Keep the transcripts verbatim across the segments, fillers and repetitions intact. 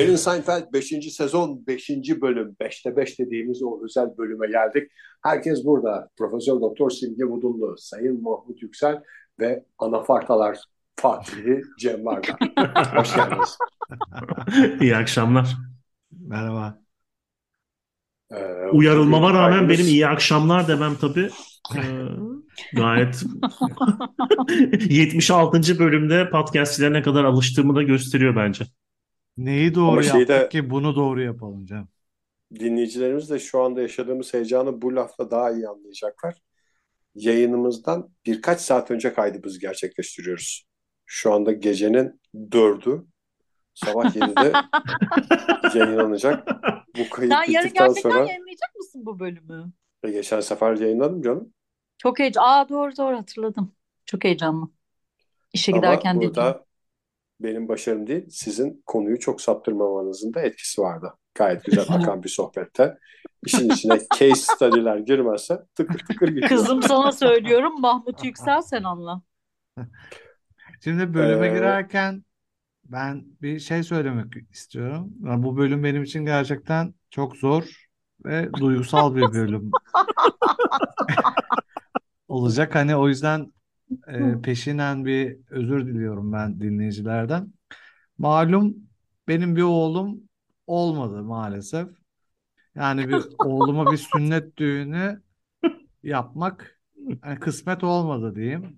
Derin Seinfeld beşinci sezon beşinci bölüm beşte beş dediğimiz o özel bölüme geldik. Herkes burada. Profesör Doktor Simge Budunlu, Sayın Mahmut Yüksel ve anafartalar Fatih Cem Vardar. Hoş geldiniz. İyi akşamlar. Merhaba. Ee, Uyarılmama bugünkü rağmen benim kaydımız iyi akşamlar demem tabii e, gayet yetmiş altıncı bölümde podcastçilerine kadar alıştığımı da gösteriyor bence. Neyi ama doğru yaptık şeyde ki bunu doğru yapalım canım? dinleyicilerimiz de şu anda yaşadığımız heyecanı bu lafla daha iyi anlayacaklar. Yayınımızdan birkaç saat önce kaydımızı gerçekleştiriyoruz. Şu anda gecenin dördü, sabah yedide yayınlanacak. Bu kayıt Sen yarın bittikten gerçekten sonra yayınlayacak mısın bu bölümü? e, geçen sefer yayınladım canım. Çok heyecan. Aa doğru doğru hatırladım. Çok heyecanlı. İşe Ama giderken dinliyorum. burada benim başarım değil, sizin konuyu çok saptırmamanızın da etkisi vardı. Gayet güzel akan bir sohbette. İşin içine case study'ler girmezse tıkır tıkır gidiyor. Kızım sana söylüyorum Mahmut Yüksel sen anla. Şimdi bölüme Ee, girerken ben bir şey söylemek istiyorum. Ya bu bölüm benim için gerçekten çok zor ve duygusal bir bölüm olacak. Hani o yüzden e, peşinen bir özür diliyorum ben dinleyicilerden. Malum benim bir oğlum olmadı maalesef. Yani bir oğluma bir sünnet düğünü yapmak hani kısmet olmadı diyeyim.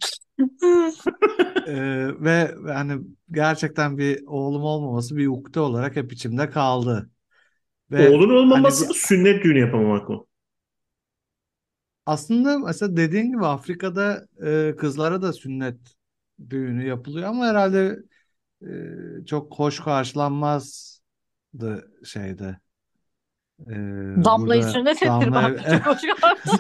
Ee, ve yani gerçekten bir oğlum olmaması bir ukde olarak hep içimde kaldı. Ve Oğlun hani olmaması bir, mı sünnet düğünü yapamamak mı? aslında mesela dediğin gibi Afrika'da e, kızlara da sünnet düğünü yapılıyor ama herhalde e, çok hoş karşılanmazdı şeyde. E, Damlayı burada sünnet ettir damla bak çok hoş gördüm.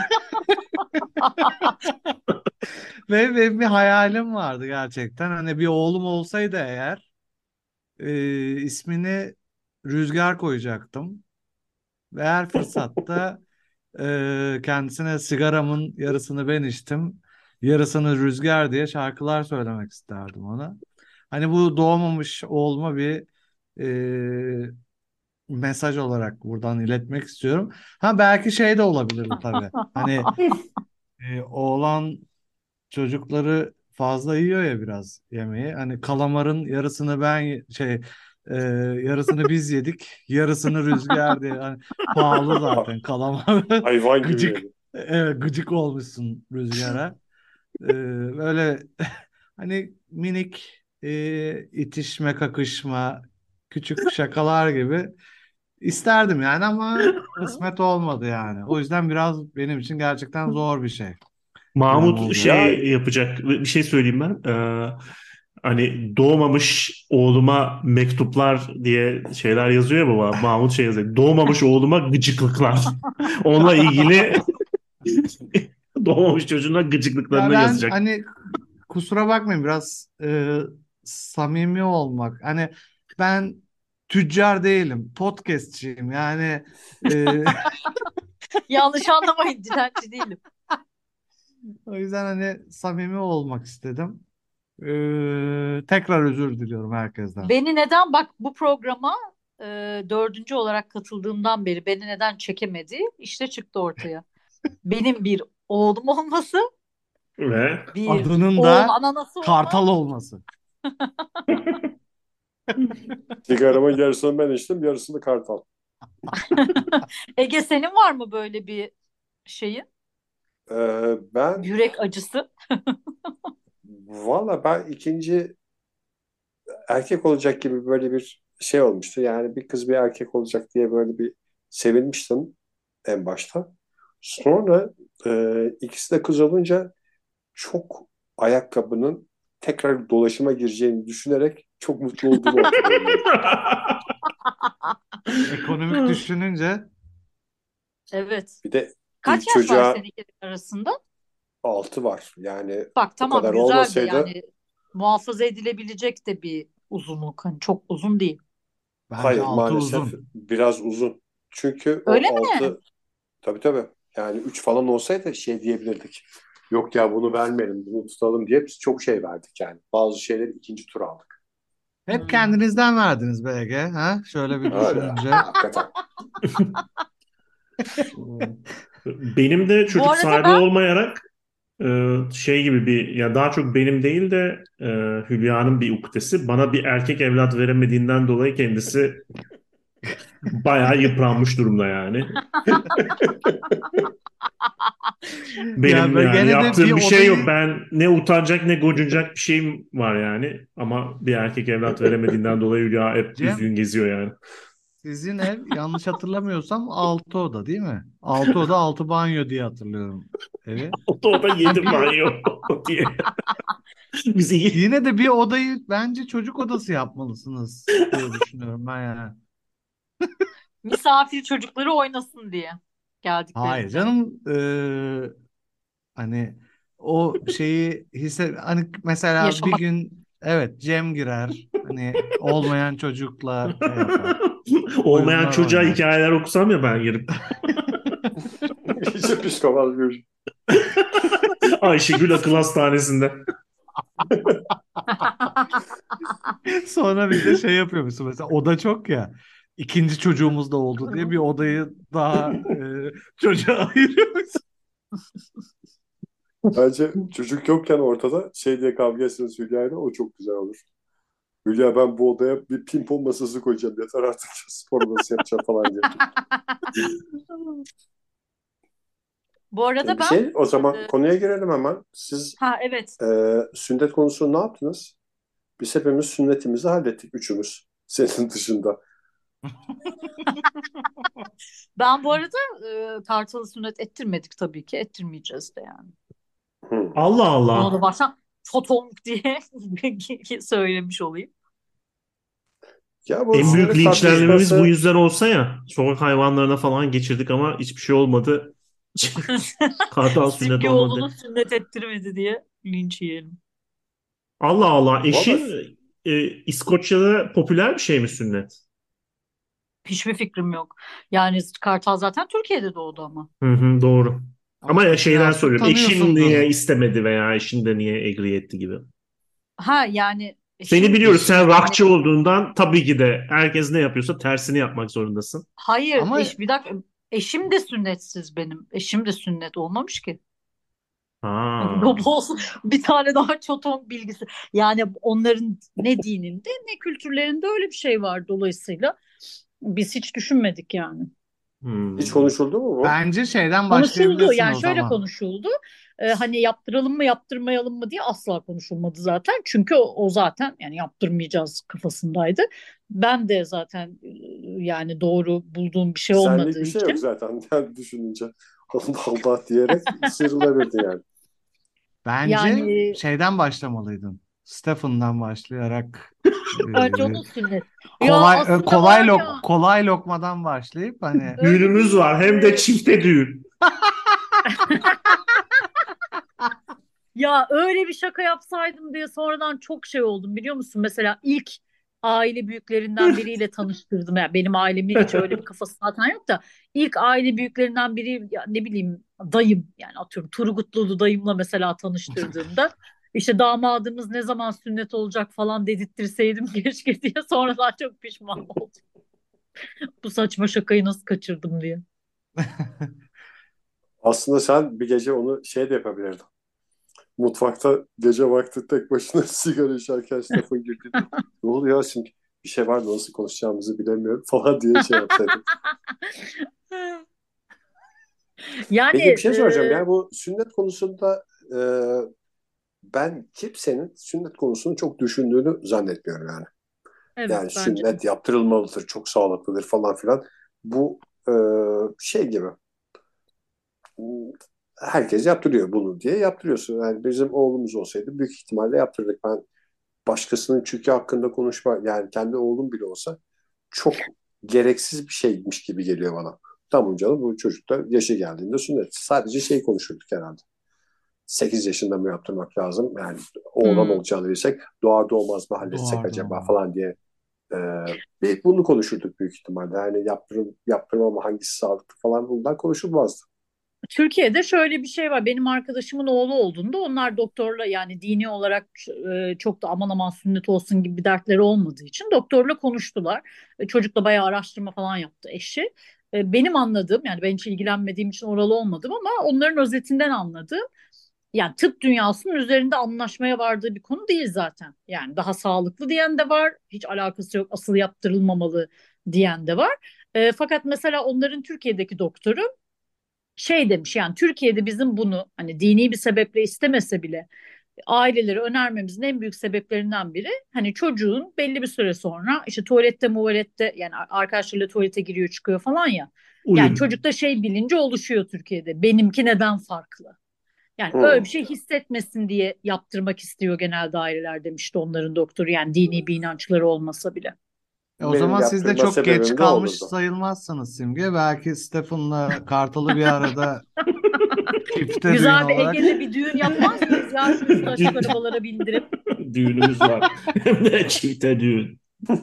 ve benim bir hayalim vardı gerçekten. Hani bir oğlum olsaydı eğer e, ismini Rüzgar koyacaktım. Ve her fırsatta e, kendisine sigaramın yarısını ben içtim, yarısını Rüzgar diye şarkılar söylemek isterdim ona. Hani bu doğmamış olma bir e, mesaj olarak buradan iletmek istiyorum. Ha belki şey de olabilirdi tabii. Hani e, oğlan çocukları fazla yiyor ya biraz yemeği. Hani kalamarın yarısını ben ye- şey e, yarısını biz yedik, yarısını Rüzgar diye. Hani pahalı zaten kalamar. hayvan gibi Gıcık. yedim. Evet, gıcık olmuşsun Rüzgar'a. E, böyle hani minik e, itişme, kakışma, küçük şakalar gibi isterdim yani ama kısmet olmadı yani. O yüzden biraz benim için gerçekten zor bir şey. Oğlum Mahmut olacak. Ya şey yapacak bir şey söyleyeyim ben. Ee, hani doğmamış oğluma mektuplar diye şeyler yazıyor ya baba. Mahmut şey yazıyor. Doğmamış oğluma gıcıklıklar. Onunla ilgili doğmamış çocuğuna Ya gıcıklıklarını ben yazacak. hani kusura bakmayın biraz e, samimi olmak. Hani ben tüccar değilim, podcastçiyim. Yani e, Yanlış anlamayın dilenci değilim. o yüzden hani samimi olmak istedim. E, tekrar özür diliyorum herkesten. Beni neden bak bu programa e, dördüncü olarak katıldığımdan beri beni neden çekemedi işte çıktı ortaya. Benim bir oğlum olması, Ve bir Adının da oğlan anası olmam. Kartal olması. sigaramın yarısını ben içtim, yarısını kartal. Ege senin var mı böyle bir şeyin? Ee, ben Yürek acısı. valla ben ikinci erkek olacak gibi böyle bir şey olmuştu. Yani bir kız bir erkek olacak diye böyle bir sevinmiştim en başta. Sonra e, ikisi de kız olunca çok ayakkabının tekrar dolaşıma gireceğini düşünerek çok mutlu olduğumu hatırlıyorum benim. Ekonomik düşününce Evet. Bir de Kaç ilk yaş var çocuğa senin arasında? altı var. Yani Bak o tamam kadar güzel de olmasaydı yani muhafaza edilebilecek de bir uzunluk. Hani çok uzun değil. bence hayır altı maalesef uzun. biraz uzun. Çünkü Öyle o mi? altı tabii tabii yani üç falan olsaydı şey diyebilirdik. Yok ya bunu vermeyelim, bunu tutalım diye biz çok şey verdik yani. Bazı şeyleri ikinci tur aldık. Hep Hmm. kendinizden verdiniz B G. Ha? Şöyle bir Öyle. düşününce. Hakikaten. Benim de Bu çocuk arada sahibi ben olmayarak e, şey gibi bir ya daha çok benim değil de e, Hülya'nın bir ukdesi. Bana bir erkek evlat veremediğinden dolayı kendisi bayağı yıpranmış durumda yani. Ya Benim ben yani gene de bir yaptığım bir şey yok. odayı Ben ne utanacak ne gocunacak bir şeyim var yani. Ama bir erkek evlat veremediğinden dolayı Hülya hep Cem, üzgün geziyor yani. sizin ev yanlış hatırlamıyorsam altı oda değil mi? Altı oda altı banyo diye hatırlıyorum evi. O da o da Ha, yedi bir banyo diye. Biz iyi. yine de bir odayı bence çocuk odası yapmalısınız diye düşünüyorum ben yani. misafir çocukları oynasın diye Hayır geldiklerinde. canım, eee, hani o şeyi hisse hani mesela bir Yaşamak. gün evet Cem girer, hani olmayan çocukla şey yapar, Olmayan oyunlar çocuğa oynar. hikayeler okusam ya ben girip. İyice psikopat bir. Ayşegül Akıl Hastanesi'nde. Sonra bir de şey yapıyormuşsun mesela, oda çok ya, ikinci çocuğumuz da oldu diye bir odayı daha e, çocuğa ayırıyormuşsun. Bence çocuk yokken ortada şey diye kavga etsiniz Hülya'yla, o çok güzel olur. Hülya, ben bu odaya bir pimpon masası koyacağım. Yeter artık, spor odası yapacağım falan diye. Bu arada E, bir ben şey, o zaman e, konuya girelim hemen. Siz ha evet, e, sünnet konusunu ne yaptınız? Biz hepimiz sünnetimizi hallettik, üçümüz. Senin dışında. ben bu arada e, Kartal'ı sünnet ettirmedik tabii ki, ettirmeyeceğiz de yani. Hmm. Allah Onu da Allah. baştan çotonk diye söylemiş olayım. Ya bu En büyük sünnet linçlenmemiz bu tartışması, yüzden olsa ya. Sokak hayvanlarına falan geçirdik ama hiçbir şey olmadı. Kartal sünnet Simgeoğlu'nu olmadı. sünnet ettirmedi diye linç yiyelim. Allah Allah. valla Eşin e, İskoçya'da popüler bir şey mi sünnet? Hiçbir fikrim yok. Yani Kartal zaten Türkiye'de doğdu ama. Hı hı, doğru. Ama Ama ya eşini şeyden az çok soruyorum. Eşin niye tanıyorsundur. istemedi veya eşin de niye agree etti gibi. Ha yani Seni eşim biliyoruz. Sen Eşi yani rockçı olduğundan tabii ki de herkes ne yapıyorsa tersini yapmak zorundasın. hayır ama eş bir dakika, eşim de sünnetsiz benim. Eşim de sünnet olmamış ki. Bu Ha. bu olsun bir tane daha çoton bilgisi. Yani onların ne dininde ne kültürlerinde öyle bir şey var, dolayısıyla biz hiç düşünmedik yani. hiç Hmm. konuşuldu mu bu? bence şeyden Konuşuldu başlayabilirsin yani, o şöyle zaman. konuşuldu. Ee, hani yaptıralım mı yaptırmayalım mı diye asla konuşulmadı zaten. Çünkü o, o zaten yani yaptırmayacağız kafasındaydı. Ben de zaten e, yani doğru bulduğum bir şey Senlik olmadığı bir şey yok için. zaten. Yani düşününce Allah Allah diyerek sıyrılabilirdin yani. Bence Yani şeyden başlamalıydın. Stephen'dan başlayarak e, önce onun sünnet. Ya kolay e, aslında kolay var lok ya, kolay lokmadan başlayıp hani öyle Düğünümüz bir var. Hem de e, çifte düğün. ya öyle bir şaka yapsaydım diye sonradan çok şey oldum, biliyor musun? Mesela ilk aile büyüklerinden biriyle tanıştırdım. Yani benim ailemin hiç öyle bir kafası zaten yok da ilk aile büyüklerinden biri, ya ne bileyim, dayım, yani atıyorum Turgutlu dayımla mesela tanıştırdığımda işte damadımız ne zaman sünnet olacak falan dedirttirseydim keşke diye sonradan çok pişman oldum. Bu saçma şakayı nasıl kaçırdım diye. Aslında sen bir gece onu şey de yapabilirdin. Mutfakta gece vakti tek başına sigara içerken Stefan girdiğinde ne oluyor ya şimdi, bir şey var da nasıl konuşacağımızı bilemiyorum falan diye şey yapsaydın. Yani Peki bir şey soracağım. e, Yani bu sünnet konusunda e, ben kimsenin sünnet konusunu çok düşündüğünü zannetmiyorum yani. evet Yani bence de. sünnet yaptırılmalıdır, çok sağlıklıdır falan filan. Bu e, şey gibi. Herkes yaptırıyor bunu diye yaptırıyorsun. Yani bizim oğlumuz olsaydı büyük ihtimalle yaptırdık. Ben başkasının çünkü hakkında konuşma, yani kendi oğlum bile olsa çok gereksiz bir şeymiş gibi geliyor bana. Tamam canım, bu çocuk da yaşı geldiğinde sünnet. Sadece şey konuşurduk herhalde. sekiz yaşında mı yaptırmak lazım? Yani oğlan Hmm. olacağını bilsek doğar doğmaz mı halletsek doğar acaba doğmaz. falan diye e, bir bunu konuşurduk büyük ihtimalle. Yani yaptırım, yaptırma mı, hangisi sağlıklı falan, bundan konuşulmazdı. Türkiye'de şöyle bir şey var. Benim arkadaşımın oğlu olduğunda onlar doktorla, yani dini olarak e, çok da aman aman sünnet olsun gibi bir dertleri olmadığı için doktorla konuştular. E, çocukla bayağı araştırma falan yaptı eşi. E, benim anladığım, yani ben hiç ilgilenmediğim için oralı olmadım ama onların özetinden anladığım, yani tıp dünyasının üzerinde anlaşmaya vardığı bir konu değil zaten. Yani daha sağlıklı diyen de var, hiç alakası yok, asıl yaptırılmamalı diyen de var. E, fakat mesela onların Türkiye'deki doktoru şey demiş, yani Türkiye'de bizim bunu hani dini bir sebeple istemese bile aileleri önermemizin en büyük sebeplerinden biri, hani çocuğun belli bir süre sonra işte tuvalette muvalette, yani arkadaşlarıyla tuvalete giriyor çıkıyor falan ya. Yani Uyum. çocukta şey bilinci oluşuyor Türkiye'de. Benimki neden farklı? Yani öyle bir Hmm. şey hissetmesin diye yaptırmak istiyor genelde aileler, demişti onların doktoru. Yani dini bir inançları olmasa bile. E o Benim zaman siz de yaptırma çok geç sebebim de kalmış olurdu. sayılmazsınız Simge. Belki Stefan'la Kartal'ı bir arada çifte düğün Güzel bir olarak Ege'de bir düğün yapmaz mıyız ya, şu üstü açık arabalara bindirip? Düğünümüz var. Hem de çifte düğün.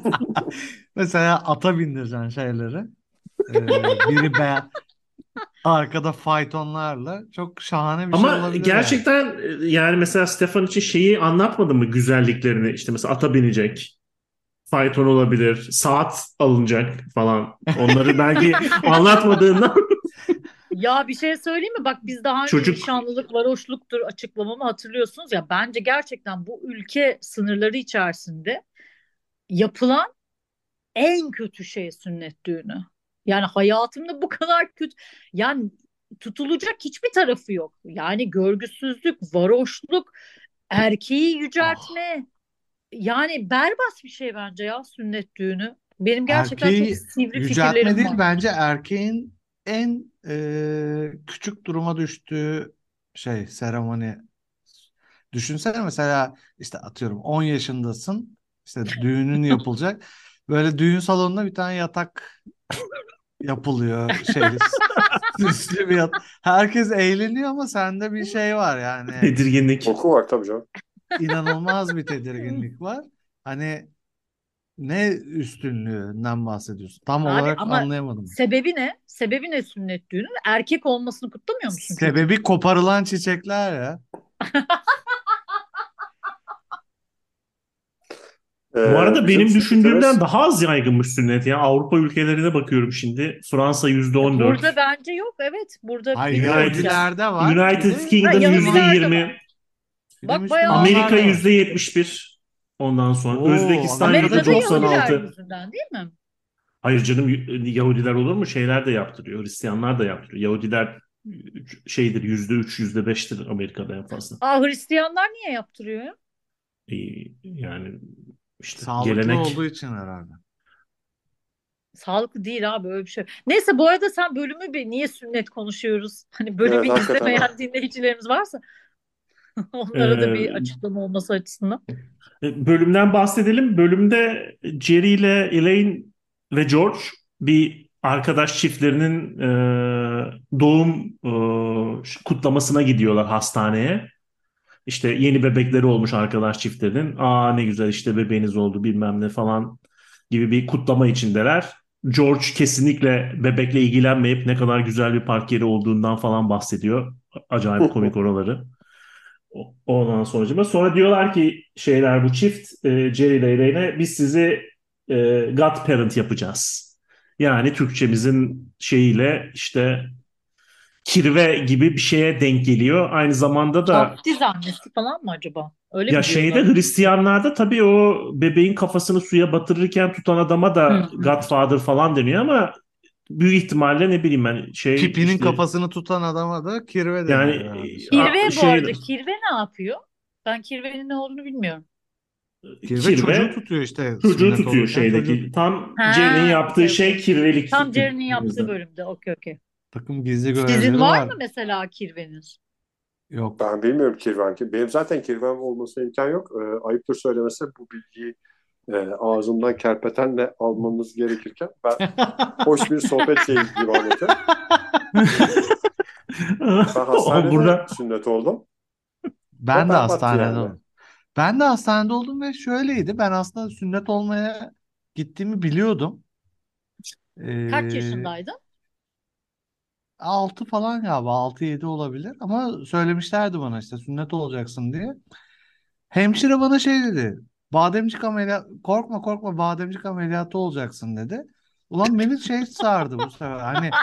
mesela ata bindireceksin şeyleri. Ee, biri be arkada faytonlarla çok şahane bir şey Ama olabilir yani. gerçekten e, yani mesela Stefan için şeyi anlatmadı mı, güzelliklerini? İşte mesela ata binecek, fayton olabilir, saat alınacak falan. Onları belki anlatmadığından Ya bir şey söyleyeyim mi? Bak biz daha önce çocuk nişanlılık varoşluktur açıklamamı hatırlıyorsunuz ya. Bence gerçekten bu ülke sınırları içerisinde yapılan en kötü şey sünnet düğünü. Yani hayatımda bu kadar kötü. Yani tutulacak hiçbir tarafı yok. Yani görgüsüzlük, varoşluk, erkeği Oh. yüceltme. Yani berbat bir şey bence ya sünnet düğünü. Benim gerçekten çok Erkeği sivri yüceltme fikirlerim değil var. bence erkeğin en e, küçük duruma düştüğü şey seremoni. Düşünsene mesela işte atıyorum on yaşındasın işte düğünün yapılacak. Böyle düğün salonunda bir tane yatak yapılıyor şey süslü bir yatak. Herkes eğleniyor ama sende bir şey var yani tedirginlik. Koku var tabii canım. inanılmaz bir tedirginlik var. Hani ne üstünlüğünden bahsediyorsun? Tam Abi olarak ama anlayamadım. sebebi ne? Sebebi ne sünnet düğünün? Erkek olmasını kutlamıyor musun çocuğun? Sebebi koparılan çiçekler ya. Bu Ee, arada bizim benim düşündüğümden sünnetimiz daha az yaygınmış sünnet ya. Avrupa ülkelerine bakıyorum şimdi. Fransa yüzde E, on dört. burada bence yok. Evet, burada Hayır bilmiyorum United yani. Yahudilerde var. Bir United de Ha, Kingdom yüzde Müslüman. Yahudiler de var. yirmi. Bir de Bak bayağı Amerika Müslümanlarda var. yüzde azmış. yetmiş bir. Ondan sonra Oo, Özbekistan Amerika'da yüzde Amerika'da çok doksan fazla. Yahudiler altı. yüzünden değil mi? Hayır canım, Yahudiler olur mu? Şeyler de yaptırıyor. Hristiyanlar da yaptırıyor. Yahudiler şeydir, yüzde üç, yüzde beştir Amerika'da en fazla. Aa, Hristiyanlar niye yaptırıyor ya? Ee, Yani işte Sağlıklı olduğu gelenek. için herhalde. Sağlıklı değil abi, öyle bir şey. Neyse, bu arada sen bölümü bir, niye sünnet konuşuyoruz? Hani bölümü evet hakikaten ha. izlemeyen dinleyicilerimiz varsa onlara da bir Ee, açıklama olması açısından. Bölümden bahsedelim. Bölümde Jerry ile Elaine ve George bir arkadaş çiftlerinin e, doğum e, kutlamasına gidiyorlar hastaneye. İşte yeni bebekleri olmuş arkadaş çiftlerinin. Aa ne güzel işte bebeğiniz oldu bilmem ne falan gibi bir kutlama içindeler. George kesinlikle bebekle ilgilenmeyip ne kadar güzel bir park yeri olduğundan falan bahsediyor. Acayip komik oraları. O- Ondan sonucuma. Sonra diyorlar ki şeyler, bu çift e, Jerry ile Elaine, biz sizi e, godparent yapacağız. Yani Türkçemizin şeyiyle işte kirve gibi bir şeye denk geliyor. Aynı zamanda da Vaftiz annesi falan mı acaba? Öyle ya mi şeyde diyorlar? Hristiyanlarda tabii o bebeğin kafasını suya batırırken tutan adama Hı da hı. Godfather falan deniyor ama büyük ihtimalle ne bileyim ben şey Pipinin işte kafasını tutan adama da kirve yani deniyor herhalde e, şeyde. a- Kirve, bu şey arada kirve ne yapıyor? Ben kirvenin ne olduğunu bilmiyorum. Kirve çocuğu kirve tutuyor işte çocuğu sünnet tutuyor olurken çocuğu şeydeki. tutuyor. Tam Jerry'nin Ha, yaptığı okey şey okey. kirvelik Tam Jerry'nin yaptığı bizde. bölümde. Okey okey. Takım gizli Sizin görevleri var mı var. mesela kirveniz? Yok. Ben bilmiyorum kirven ki. Benim zaten kirven olmasına imkan yok. Ee, ayıptır söylemesi bu bilgiyi e, ağzımdan kerpetenle almamız gerekirken ben hoş bir sohbet şeyi gibi anlatıyorum. Ben O hastanede burada sünnet oldum ve Ben de berbattı hastanede yani. oldum. Ben de hastanede oldum ve şöyleydi. Ben aslında sünnet olmaya gittiğimi biliyordum. Kaç Ee, yaşındaydın? altı falan galiba, altı yedi olabilir ama söylemişlerdi bana işte sünnet olacaksın diye. Hemşire bana şey dedi. Bademcik ameliyat, korkma korkma, bademcik ameliyatı olacaksın dedi. Ulan beni şey sardı bu sefer. Hani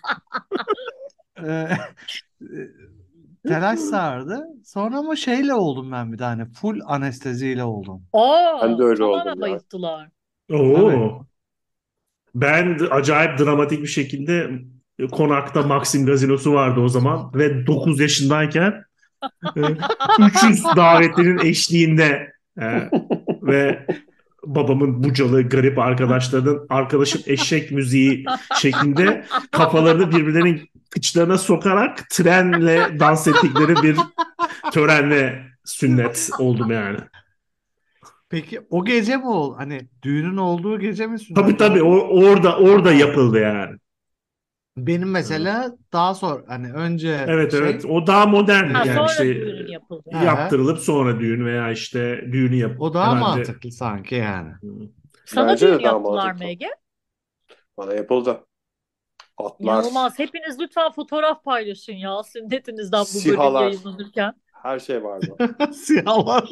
e, telaş sardı. Sonra ama şeyle oldum ben, bir tane full anesteziyle oldum. Ben de Aa, öyle tamamen oldum ya. bayılttılar. Tabii. Oo. Ben de acayip dramatik bir şekilde Konak'ta Maxim Gazinosu vardı o zaman ve dokuz yaşındayken e, üç yüz davetlinin eşliğinde e, ve babamın bucalı garip arkadaşlarının arkadaşım eşek müziği şeklinde kafalarını birbirlerinin kıçlarına sokarak trenle dans ettikleri bir törenle sünnet oldum yani. Peki o gece mi oldu? Hani düğünün olduğu gece mi Tabii sünnet tabii o, oldu? orada orada Ha. yapıldı yani. Benim Hı. mesela daha sonra, hani önce Evet evet şey o daha modern Ha, e, yani sonra işte düğünün yapıldı. aha, yaptırılıp sonra düğün veya işte düğünü yap o daha herhalde. mantıklı sanki yani. Hı. Sana Bence düğün de daha yaptılar mı mantıklı. Ege? Bana yapıldı. Atlar, İnanılmaz. Hepiniz lütfen fotoğraf paylaşın ya sünnetinizden bu bölüm sihalar, yayınlanırken. her şey vardı. Siyahlar.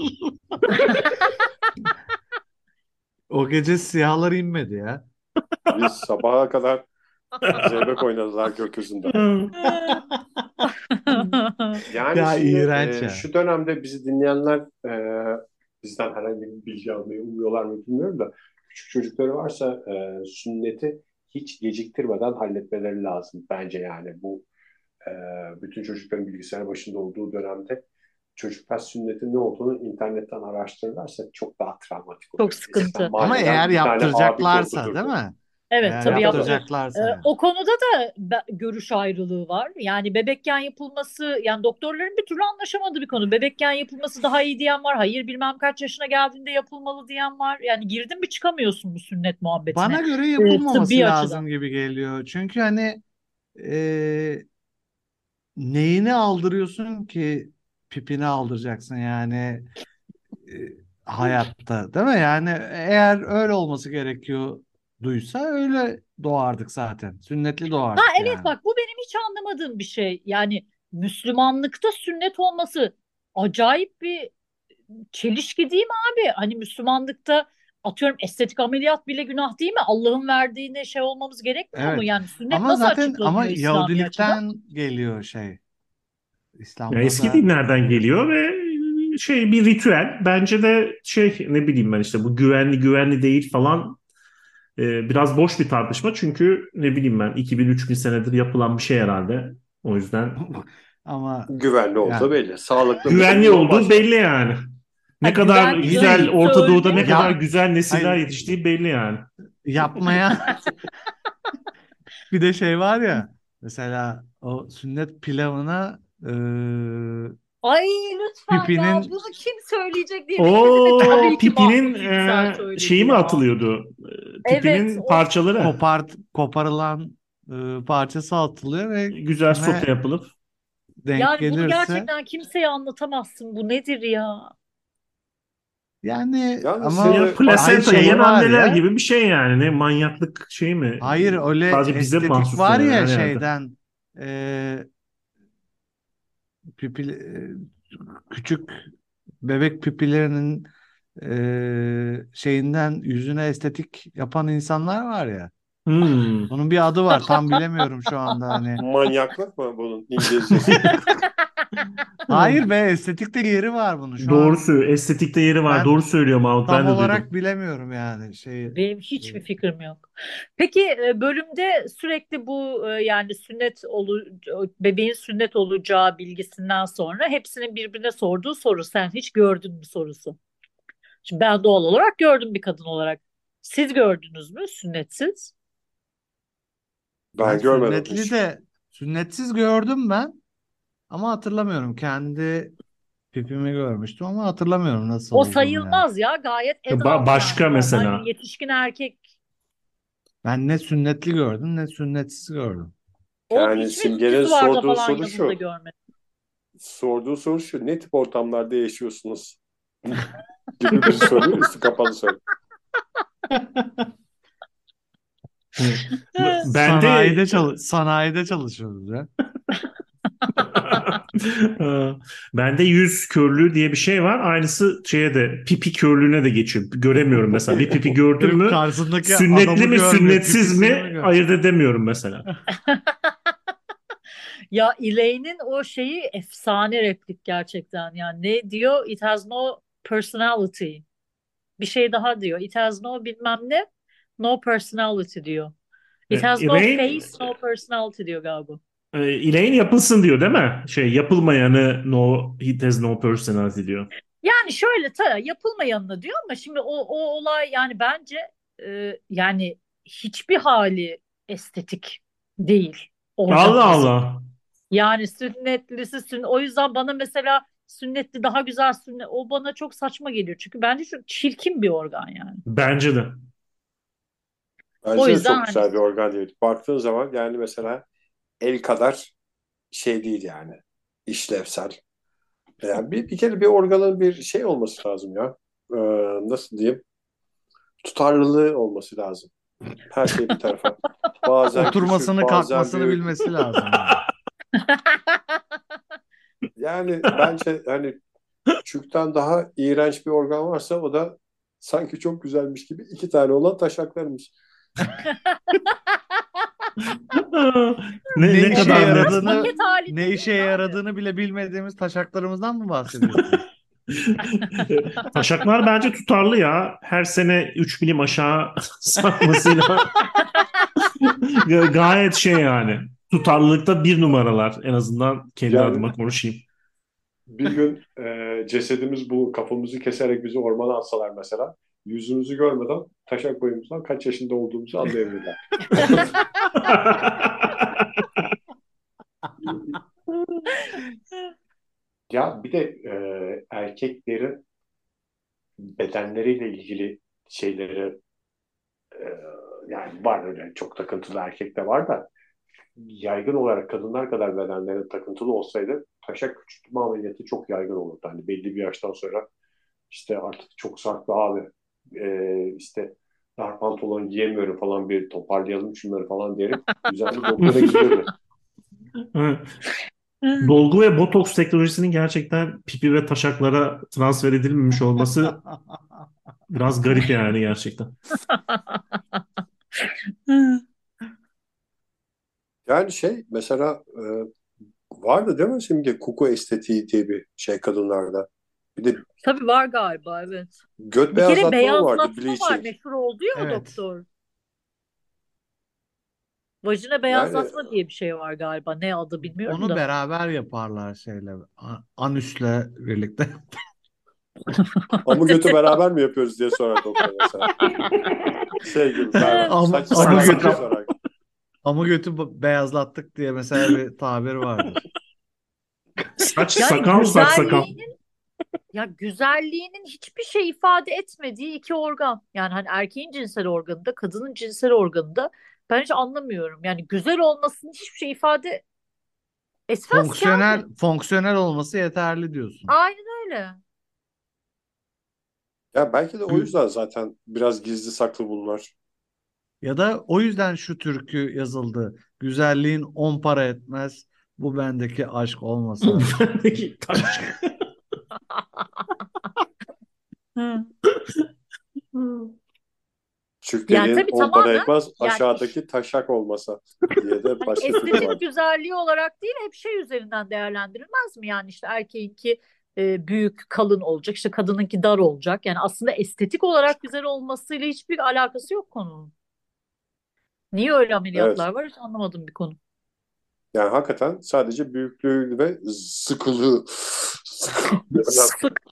O gece siyahlar inmedi ya. Biz sabaha kadar zeybek oynadılar gökyüzünde. Yani Ya şimdi iğrenç e, ya. şu dönemde bizi dinleyenler e, bizden herhangi bir bilgi almayı umuyorlar mı bilmiyorum da küçük çocukları varsa e, sünneti hiç geciktirmeden halletmeleri lazım bence yani bu e, bütün çocukların bilgisayar başında olduğu dönemde çocuklar sünnetin ne olduğunu internetten araştırırlarsa çok daha travmatik Çok oluyor. Eskiden sıkıntı. Ama eğer mahalleden bir tane abi yaptıracaklarsa değil korkuturdu. mi? Evet, Eğer tabii Tabii. yaptır. Ee, yaptıracaklarsa yani. o konuda da be- görüş ayrılığı var. Yani bebekken yapılması, yani doktorların bir türlü anlaşamadığı bir konu. Bebekken yapılması daha iyi diyen var. Hayır, bilmem kaç yaşına geldiğinde yapılmalı diyen var. Yani girdin mi çıkamıyorsun bu sünnet muhabbetine. Bana göre Ee, yapılmaması tıbbi açıdan. lazım gibi geliyor. Çünkü hani e, neyini aldırıyorsun ki pipini aldıracaksın yani e, hayatta değil mi? Yani eğer öyle olması gerekiyor duysa öyle doğardık zaten. Sünnetli Ha doğardık evet, yani. bak bu benim hiç anlamadığım bir şey. Yani Müslümanlıkta sünnet olması acayip bir çelişki değil mi abi? Hani Müslümanlıkta atıyorum estetik ameliyat bile günah değil mi? Allah'ın verdiğine şey olmamız gerekmiyor mu? Evet. Yani sünnet Ama nasıl zaten ama açıklanıyor İslami açıdan? Yahudilikten geliyor şey. Yani İslam'da eski da dinlerden e, geliyor ve şey bir ritüel. Bence de şey ne bileyim ben işte bu güvenli güvenli değil falan e, biraz boş bir tartışma. Çünkü ne bileyim ben iki bin üç bin senedir yapılan bir şey herhalde. O yüzden ama Güvenli olduğu yani belli. Sağlıklı mı değil güvenli mi o olduğu başka. belli yani. Ha, Ne kadar güvenli iyi de güzel değilse Orta Doğu'da ölmeye ne mi kadar yap var? güzel nesiller hayır, yetiştiği belli yani. yapmaya bir de şey var ya, mesela o sünnet pilavına e, Ay lütfen ya, pipinin bunu kim söyleyecek diye bekledim ve O tabii ki Pipi'nin Mahmut Yüksel e, söyledi şeyi mi ya. atılıyordu? E, Evet, Pipi'nin of. parçaları kopart koparılan e, parçası atılıyor ve güzel sote kime yapılıp. denk Yani bunu gelirse gerçekten kimseye anlatamazsın. Bu nedir ya? yani, Yalnız ama Ya şimdi ay plasenta şey yiyen var anneler ya, gibi bir şey yani. Ne manyaklık şey mi? hayır öyle Sadece bize mi estetik mahsus var yani ya her yerde? şeyden e, pipil, e, küçük bebek pipilerinin e, şeyinden yüzüne estetik yapan insanlar var ya. Hmm. Bunun bir adı var, tam bilemiyorum şu anda hani. manyaklık mı bunun İngilizcesi? Hayır be, estetikte yeri var bunun. Şu Doğru an söylüyor. Estetikte yeri var. ben Doğru söylüyor Mahmut. tam Ben de olarak duydum. bilemiyorum yani şeyi. Benim hiçbir fikrim yok. Peki e, bölümde sürekli bu e, yani sünnet olu bebeğin sünnet olacağı bilgisinden sonra hepsinin birbirine sorduğu soru, sen hiç gördün mü sorusu. Şimdi ben doğal olarak gördüm bir kadın olarak. Siz gördünüz mü sünnetsiz? Ben Ben görmedim sünnetli hiç. de sünnetsiz gördüm ben ama hatırlamıyorum. Kendi pipimi görmüştüm ama hatırlamıyorum nasıl O olduğunu yani. sayılmaz ya, gayet Ba- adult başka yani normal bir mesela. yetişkin erkek. Ben ne sünnetli gördüm ne sünnetsiz gördüm. Oğlum Yani hiç mi Simge'nin fütüvarda sorduğu falan soru yazılı da şu. görmedin? Sorduğu soru şu. Ne tip ortamlarda yaşıyorsunuz? Gibi bir soru. Üstü kapalı soru. Ben de Sanayide çalış sanayide çalışıyoruz ya. Bende yüz körlüğü diye bir şey var. Aynısı şeye de pipi körlüğüne de geçiyor. Göremiyorum mesela. Bir pipi gördüm Herif mü karşısındaki sünnetli adamı mi görmüyor, sünnetsiz pipisini mi mi görüyor? ayırt edemiyorum mesela. Ya Elaine'in o şeyi efsane replik gerçekten. Yani ne diyor? It has no personality. Bir şey daha diyor. It has no bilmem ne. No personality diyor. It has no Elaine, face, no personality diyor galiba. e, Elaine yapılsın diyor değil mi? Şey yapılmayanı no it has no personality diyor. Yani şöyle ta yapılmayanını diyor ama şimdi o, o olay yani bence e, yani hiçbir hali estetik değil Allah orgazm. Allah. Yani sünnetlisi sünnet. O yüzden bana mesela sünnetli daha güzel sünnet. O bana çok saçma geliyor. Çünkü bence çok çirkin bir organ yani. Bence de. O Bence de yüzden çok hani güzel bir organ değil. Baktığın zaman yani mesela el kadar şey değil yani. İşlevsel. Yani bir, bir kere bir organın bir şey olması lazım ya. Ee, nasıl diyeyim? Tutarlılığı olması lazım. Her şey bir tarafa. Bazen küçük, Oturmasını bazen kalkmasını büyük. bilmesi lazım yani. Yani bence hani çükten daha iğrenç bir organ varsa o da sanki çok güzelmiş gibi iki tane olan taşaklarmış. Ne, Ne ne işe kadar net. yaradığını paket halinde ne değil işe mi abi? yaradığını bile bilmediğimiz taşaklarımızdan mı bahsediyorsun? Taşaklar bence tutarlı ya. Her sene üç milim aşağı sarkmasıyla gayet şey yani. Tutarlılıkta bir numaralar. En azından kendi Yani adıma konuşayım. bir gün e, cesedimiz bu kafamızı keserek bizi ormana atsalar mesela yüzümüzü görmeden taşak boyumuzdan kaç yaşında olduğumuzu anlayabilirler. Ya bir de e, erkeklerin bedenleriyle ilgili şeyleri e, yani var öyle çok takıntılı erkek de var da yaygın olarak kadınlar kadar bedenleri takıntılı olsaydı taşak küçültme ameliyatı çok yaygın olurdu. Hani belli bir yaştan sonra işte artık çok sarktı abi e, işte dar pantolon giyemiyorum falan bir toparlayalım şunları falan diyerek düzenli doktora gidilirdi. Dolgu ve botoks teknolojisinin gerçekten pipi ve taşaklara transfer edilmemiş olması biraz garip yani gerçekten. Yani şey mesela e, vardı değil mi şimdi kuku estetiği diye bir şey kadınlarda. Bir de Tabii var galiba evet. göt Bir kere beyazlatma mı vardı? beyazlatma var Bleaching. meşhur oldu ya o Evet. doktor. Vajina Yani beyazlatma diye bir şey var galiba. Ne adı bilmiyorum Onu da. beraber yaparlar şeyle. a- Anüsle birlikte. amı götü beraber mi yapıyoruz diye sorar doktor mesela. Şey gibi ben Ama, saç ama Sak sakal gibi götü sakal. sorar. ama götü b- beyazlattık diye mesela bir tabir vardır. Saç Yani sakal sak sakal. güzelliğinin ya güzelliğinin hiçbir şey ifade etmediği iki organ. Yani hani erkeğin cinsel organında, kadının cinsel organında ben hiç anlamıyorum. Yani güzel olmasının hiçbir şey ifade etmez ki abi. Fonksiyonel fonksiyonel olması yeterli diyorsun. Aynen öyle. Ya belki de o Gü- yüzden zaten biraz gizli saklı bunlar. Ya da o yüzden şu türkü yazıldı. Güzelliğin on para etmez. Bu bendeki aşk olmasa. Bendeki taş. Hı. Yani Çüklerin tabii on para tamamen etmez yani iş- aşağıdaki taşak olmasa diye de hani başka biri estetik var. güzelliği olarak değil hep şey üzerinden değerlendirilmez mi? Yani işte erkeğinki e, büyük kalın olacak işte kadınınki dar olacak. Yani aslında estetik olarak güzel olmasıyla hiçbir alakası yok konunun. Niye öyle ameliyatlar Evet. var hiç anlamadım bir konu. Yani hakikaten sadece büyüklüğü ve sıkılığı sıkılığı önemli. Sık.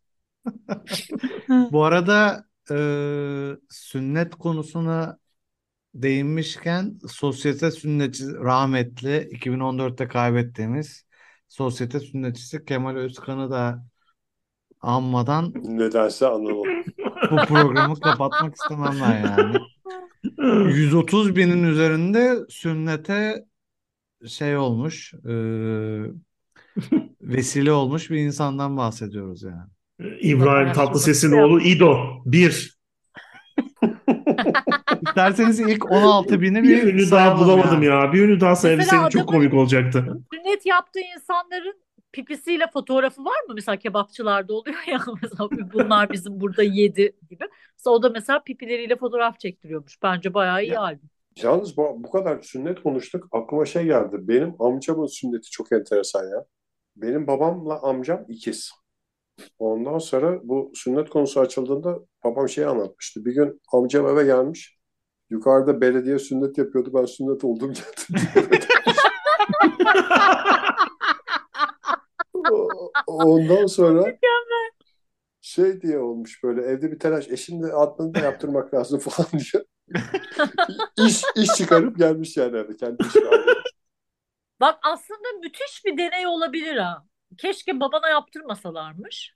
Hı. Bu arada e, sünnet konusuna değinmişken sosyete sünnetçisi rahmetli iki bin on dörtte kaybettiğimiz sosyete sünnetçisi Kemal Özkan'ı da anmadan Nedense anlamam. bu programı kapatmak istemem ben yani. yüz otuz binin üzerinde sünnete şey olmuş, e, vesile olmuş bir insandan bahsediyoruz yani. İbrahim Araştırmasını Tatlıses'in da oğlu yaptım. İdo. Bir. İsterseniz ilk on altı bini Bir bir ünlü daha sayalım bulamadım yani. ya. Bir ünlü daha Mesela sayabilseydim çok adamın komik olacaktı. sünnet yaptığı insanların pipisiyle fotoğrafı var mı? Mesela kebapçılarda oluyor ya mesela bunlar bizim burada yedi gibi. Mesela o da mesela pipileriyle fotoğraf çektiriyormuş. Bence bayağı iyi Ya, albüm. yalnız bu, bu kadar sünnet konuştuk. Aklıma şey geldi. Benim amcamın sünneti çok enteresan ya. Benim babamla amcam ikiz. Ondan sonra bu sünnet konusu açıldığında babam şey anlatmıştı. Bir gün amcam eve gelmiş. Yukarıda belediye sünnet yapıyordu. Ben sünnet oldum geldim diye ödemiş. O- Ondan sonra şey diye olmuş böyle evde bir telaş. E şimdi adını da yaptırmak lazım falan diye. İş, iş çıkarıp gelmiş yani evde. Kendi işini halletmiş. Bak aslında müthiş bir deney olabilir ha. Keşke babana yaptırmasalarmış.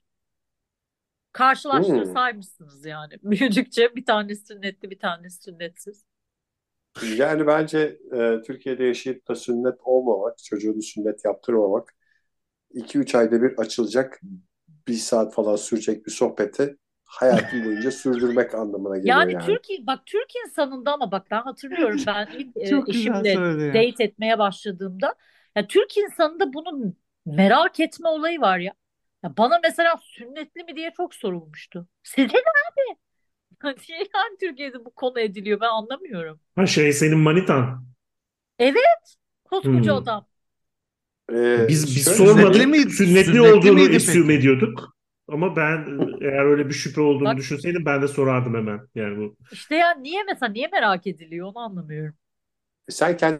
Hmm. Karşılaştırsaymışsınız yani. Büyüdükçe bir tanesi sünnetli bir tanesi sünnetsiz. Yani bence e, Türkiye'de yaşayıp da sünnet olmamak, çocuğunu sünnet yaptırmamak, iki üç ayda bir açılacak, bir saat falan sürecek bir sohbeti hayatın boyunca sürdürmek anlamına geliyor Yani yani. Türkiye bak Türk insanında ama bak ben hatırlıyorum ben ilk e, Çok güzel eşimle söyledi ya. date etmeye başladığımda ya Türk insanında bunun merak etme olayı var ya. Ya bana mesela sünnetli mi diye çok sorulmuştu. Size de niye yani Türkiye'de bu konu ediliyor ben anlamıyorum. Ha şey senin manitan. Evet koskoca Hmm. adam. E, Biz biz şöyle Sünnetli söyleyeyim. sormadık. mi Sünnetli sünnetli olduğunu miydi assume peki? ediyorduk. Ama ben e, eğer öyle bir şüphe olduğunu Bak düşünseydim ben de sorardım hemen. Yani bu. işte ya niye mesela niye merak ediliyor onu anlamıyorum. Sen kendi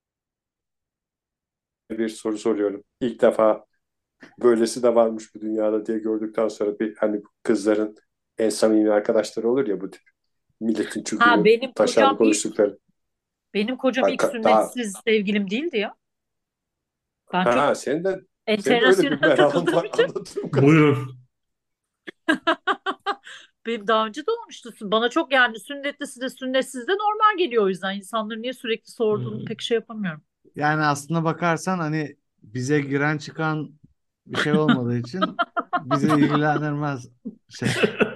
bir soru soruyorum. İlk defa böylesi de varmış bu dünyada diye gördükten sonra bir hani kızların en samimi arkadaşları olur ya bu tip milletin Ha çükünü benim taşağını kocam ilk konuştukları. benim kocam Bak ilk daha sünnetsiz sevgilim değildi ya. Ben çok ha senin de senin de öyle bir enternasyonel merakın takıldığım var için anladığım kadarıyla. Buyurun. benim daha önce de olmuştu. Bana çok yani sünnetlisi de sünnetsiz de normal geliyor o yüzden. İnsanların niye sürekli sorduğunu Hmm. pek şey yapamıyorum. Yani aslına bakarsan hani bize giren çıkan bir şey olmadığı için bizi ilgilendirmez şey.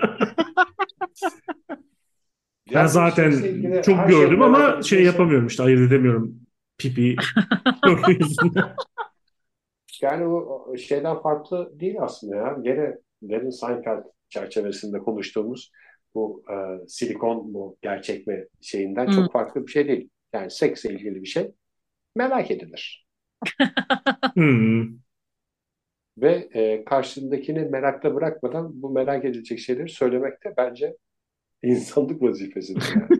Ben Ya bu seksle zaten ilgili çok her şey gördüm merak ama şey edildiği şey. yapamıyorum işte ayırt edemiyorum pipi yüzünden. Yani bu şeyden farklı değil aslında ya. Gene Derin Seinfeld çerçevesinde konuştuğumuz bu e, silikon bu gerçek mi şeyinden Hmm. çok farklı bir şey değil. Yani seksle ilgili bir şey merak edilir. Hmm. Ve e, karşındakini merakla bırakmadan bu merak edilecek şeyleri söylemek de bence insanlık vazifesidir yani.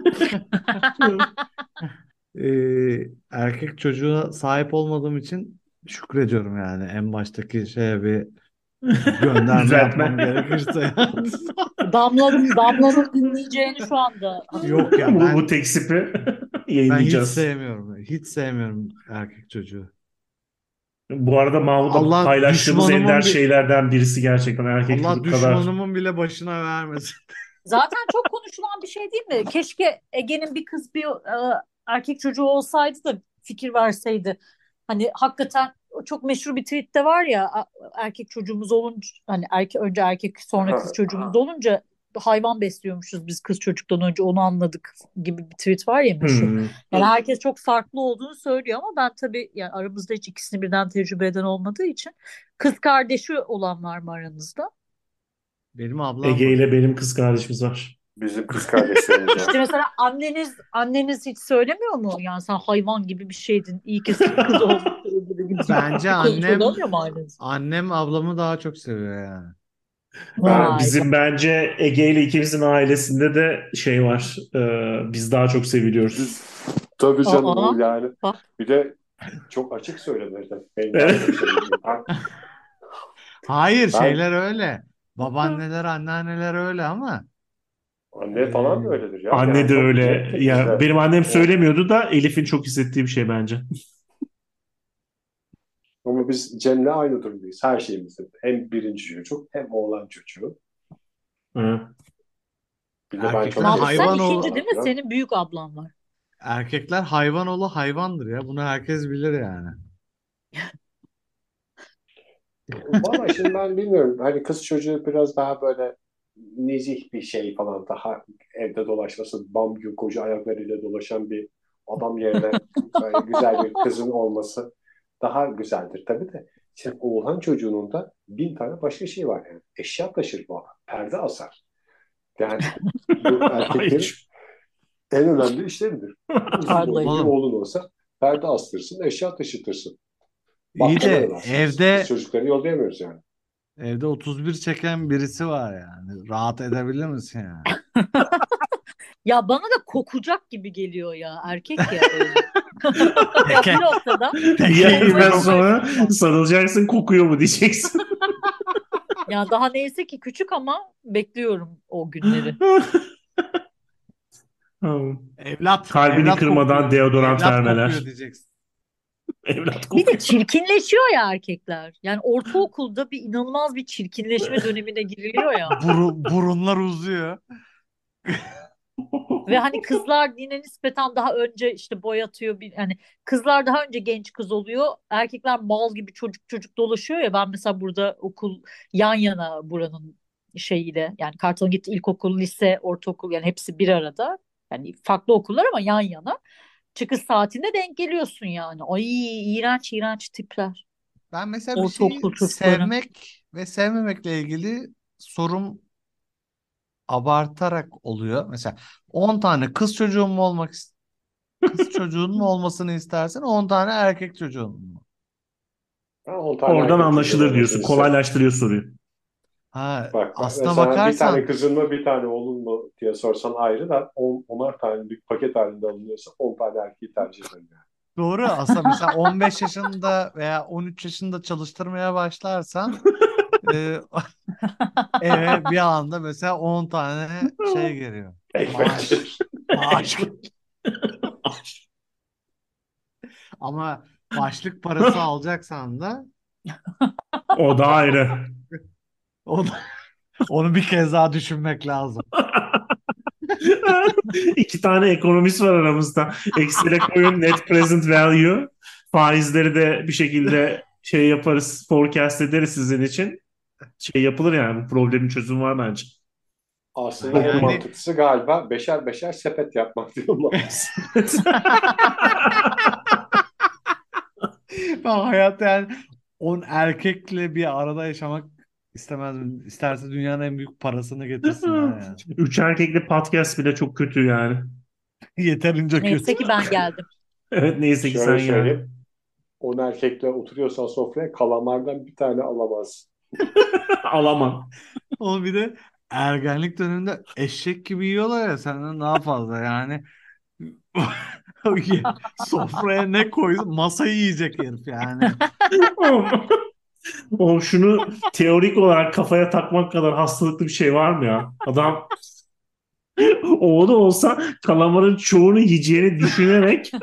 Ee, erkek çocuğuna sahip olmadığım için şükrediyorum yani en baştaki şeye bir gönderme yapmam Düzeltme. gerekirse. Damla'nın Damla'nın dinleyeceğini şu anda Yok ya Bu, bu ben teksipi ben hiç yayınlayacağız. sevmiyorum. Hiç sevmiyorum erkek çocuğu. Bu arada Mahmut'la Allah paylaştığımız ender düşmanımın bir şeylerden birisi gerçekten erkek Allah çocuk kadar. düşmanımın bile başına vermesin. zaten çok konuşulan bir şey değil mi? Keşke Ege'nin bir kız bir e, erkek çocuğu olsaydı da fikir verseydi. Hani hakikaten o çok meşhur bir tweet de var ya a- erkek çocuğumuz olunca hani erkek önce erkek sonra kız çocuğumuz olunca hayvan besliyormuşuz biz kız çocuktan önce onu anladık gibi bir tweet var ya meşhur. Hmm. Yani herkes çok farklı olduğunu söylüyor ama ben tabii yani aramızda hiç ikisini birden tecrübe eden olmadığı için kız kardeşi olan var mı aranızda? Benim ablam Ege var. ile benim kız kardeşimiz var. Bizim kız kardeşlerimiz İşte var. mesela anneniz anneniz hiç söylemiyor mu? Yani sen hayvan gibi bir şeydin. İyi ki kız olmuş gibi gibi Bence bir konuşma annem olmuyor mu aileniz? annem ablamı daha çok seviyor yani. Ben Vay vay. bizim bence Ege ile ikimizin ailesinde de şey var. e, biz daha çok seviliyoruz. Biz tabii canım Aa o yani. bak. Bir de çok açık söylenirdi. Benim daha Evet. çok sevdiğim. Ben, Hayır ben şeyler öyle. Babaanneler, anneanneler öyle ama anne falan da e, öyledir ya. Anne Yani de çok öyle. nettir Ya bizde. benim annem O, söylemiyordu da Elif'in çok hissettiği bir şey bence. ama biz Cem'le aynı durumdayız. Her şeyimizde. Hem birinci çocuk hem oğlan çocuğu. Hı. Bir de ben erkekler çok Mahmut geç sen hayvan doğmuşum ol ikinci değil falan mi? filan. Senin büyük ablan var. erkekler hayvan oğlu hayvandır ya. Bunu herkes bilir yani. Valla şimdi ben bilmiyorum. Hani kız çocuğu biraz daha böyle nezih bir şey falan, daha evde dolaşması, bam gibi koca ayaklarıyla dolaşan bir adam yerine böyle güzel bir kızın olması daha güzeldir tabii de. Şimdi oğlan çocuğunun da bin tane başka şey var yani. Eşya taşır bu adam. Perde asar. Yani bu erkeklerin Hayır. en önemli işleridir. Uzun Tarlayı. boylu bir Oğlum oğlun olsa perde astırsın, eşya taşıtırsın. iyi Bakkala de yollarsınız. Biz evde çocukları yollayamıyoruz yani. evde otuz bir çeken birisi var yani. Rahat edebilir misin yani? Ya bana da kokacak gibi geliyor ya. Erkek ya öyle. Ya bir Teke, noktada Bir teke gibi yerden kokmaya kok. sonra başlıyor. sarılacaksın, kokuyor mu diyeceksin. Ya daha neyse ki küçük ama bekliyorum o günleri. Evlat, Kalbini evlat kırmadan kokuyor. deodorant Evlat kokuyor vermeler. diyeceksin. Evlat Bir de kokuyor. çirkinleşiyor ya erkekler. Yani ortaokulda bir inanılmaz bir çirkinleşme dönemine giriliyor ya. Buru, burunlar uzuyor. Ve hani kızlar yine nispeten daha önce işte boyatıyor bir hani kızlar daha önce genç kız oluyor. Erkekler mal gibi çocuk çocuk dolaşıyor ya. Ben mesela burada okul yan yana buranın şeyiyle yani Kartal'ın gittiği ilkokul, lise, ortaokul yani hepsi bir arada. Yani farklı okullar ama yan yana. Çıkış saatinde denk geliyorsun yani. Ay iğrenç iğrenç tipler. Ben mesela bir şeyi Ortaokul çocukları. sevmek ve sevmemekle ilgili sorum abartarak oluyor. Mesela on tane kız çocuğun mu olmak ist- kız çocuğun mu olmasını istersen on tane erkek çocuğun mu? Ha, on tane Oradan erkek çocuğun anlaşılır diyorsun. olmasını isterim. Kolaylaştırıyor soruyu. Ha, Bak bak aslına mesela bir tane bakarsan kızın mı bir tane oğlun mu diye sorsan ayrı da on, onar tane bir paket halinde alınıyorsa on tane erkeği tercih ederim yani. doğru, aslında mesela on beş yaşında veya on üç yaşında çalıştırmaya başlarsan e, eve bir anda mesela on tane şey geliyor. Maaş. Ekmek. Maaş. Ama başlık parası alacaksan da O da ayrı. onu, onu bir kez daha düşünmek lazım. İki tane ekonomist var aramızda. Excel'e koyun net present value. Faizleri de bir şekilde şey yaparız, forecast ederiz sizin için. Şey yapılır yani, bu problemin çözümü var bence. Aslında en Yani mantıklısı galiba beşer beşer sepet yapmak diyorlar. ben hayatta yani on erkekle bir arada yaşamak istemezdim. İsterse dünyanın en büyük parasını getirsinler yani. Üç erkekli podcast bile çok kötü yani. Yeterince kötü. Neyse ki ben geldim. Evet, neyse ki Şöyle sen geldin. söyleyeyim. On erkekle oturuyorsan sofraya kalamardan bir tane alamaz. Alamam. Onu bir de ergenlik döneminde eşek gibi yiyorlar ya senden daha fazla yani. Sofraya ne koysun masayı yiyecek herif yani. O şunu teorik olarak kafaya takmak kadar hastalıklı bir şey var mı ya? Adam oğlu olsa kalamarın çoğunu yiyeceğini düşünerek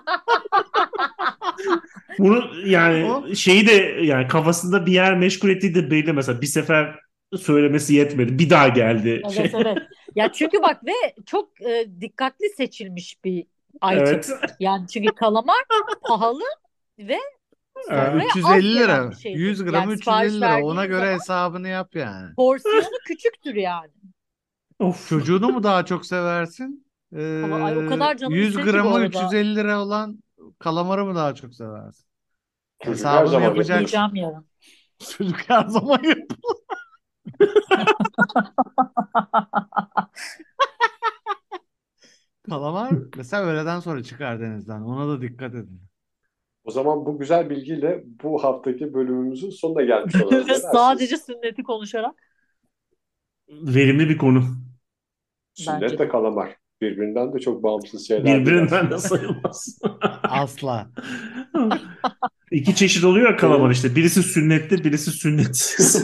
bunu O yani şeyi de yani kafasında bir yer meşgul ettiği de belli, mesela bir sefer söylemesi yetmedi. Bir daha geldi Evet şey. evet. Ya çünkü bak ve çok e, dikkatli seçilmiş bir item. Evet. Yani çünkü kalamar pahalı ve ya Ee, sofraya az üç yüz elli gelen bir lira. şeydir. yüz gramı Yani sipariş üç yüz elli lira. Ona verdiğin göre zaman hesabını yap yani. porsiyonu küçüktür yani. of. Çocuğunu mu daha çok seversin? Ama ay o Ee, kadar canım yüz istedi ki bu gramı arada. üç yüz elli lira olan kalamarı mı daha çok seversin? Çocuk her Hesabını zaman yapılır. yapacaksın. Deneyeceğim yarın. Çocuk her zaman yap. Kalamar mesela öğleden sonra çıkar denizden. Ona da dikkat edin. O zaman bu güzel bilgiyle bu haftaki bölümümüzün sonuna gelmiş olalım. Ve Ne sadece dersiniz? sünneti konuşarak Verimli bir konu. Sünnet bence de de. kalamar. Birbirinden de çok bağımsız şeyler değil Birbirinden de aslında. sayılmaz. Asla. İki çeşit oluyor ya kalamar Derin, işte. Birisi sünnetli, birisi sünnetsiz.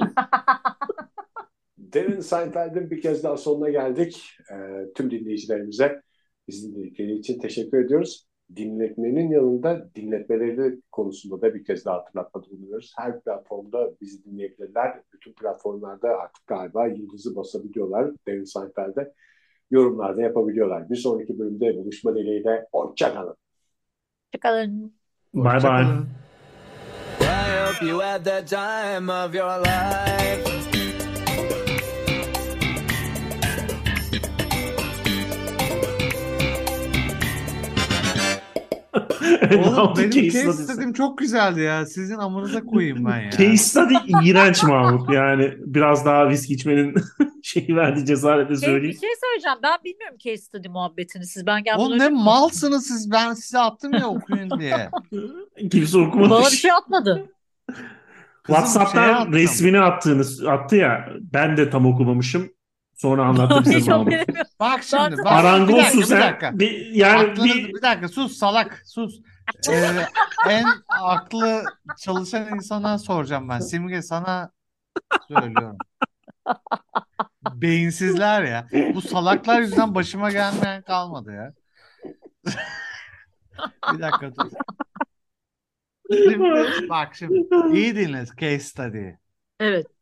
Derin Seinfeld'in bir kez daha sonuna geldik. Ee, tüm dinleyicilerimize bizi dinledikleri için teşekkür ediyoruz. Dinletmenin yanında dinletmeleri konusunda da bir kez daha hatırlatma bulunuyoruz. Her platformda bizi dinleyebilirler. Bütün platformlarda artık galiba yıldızı basabiliyorlar. Derin Seinfeld'e yorumlarda yapabiliyorlar. Bir sonraki bölümde buluşma dileğiyle. Hoşçakalın. Çıkalım. Bye Hoşça bye. kalın. I hope you had the time of your life. Evet, Oğlum Mahmut'un benim case case study'si. study'm çok güzeldi ya. Sizin amınıza koyayım ben ya. Case study iğrenç Mahmut. Yani biraz daha viski içmenin şeyi verdiği cesaretle Şey, bir söyleyeyim. şey söyleyeceğim. Ben bilmiyorum case study muhabbetini. Siz ben gelmeden Oğlum ne önce mi konuştunuz? malsınız siz. Ben size attım ya okuyun diye. Kimse Bana bir okumamış. şey atmadı. Kızım şeye WhatsApp'tan attım. resmini attığını attı ya. Ben de tam okumamışım. Sonra anlattı bize Hiç Mahmut. haberim yok. Bak Ben şimdi bak. tamamen Bir Marangozsun dakika bir sen. dakika. Bir, yani Aklınız bir bir dakika sus salak sus. Ee, en aklı çalışan insana soracağım ben. Simge sana söylüyorum. Beyinsizler ya. Bu salaklar yüzünden başıma gelmeyen kalmadı ya. Bir dakika dur. Şimdi bak şimdi iyi dinle case study. Evet.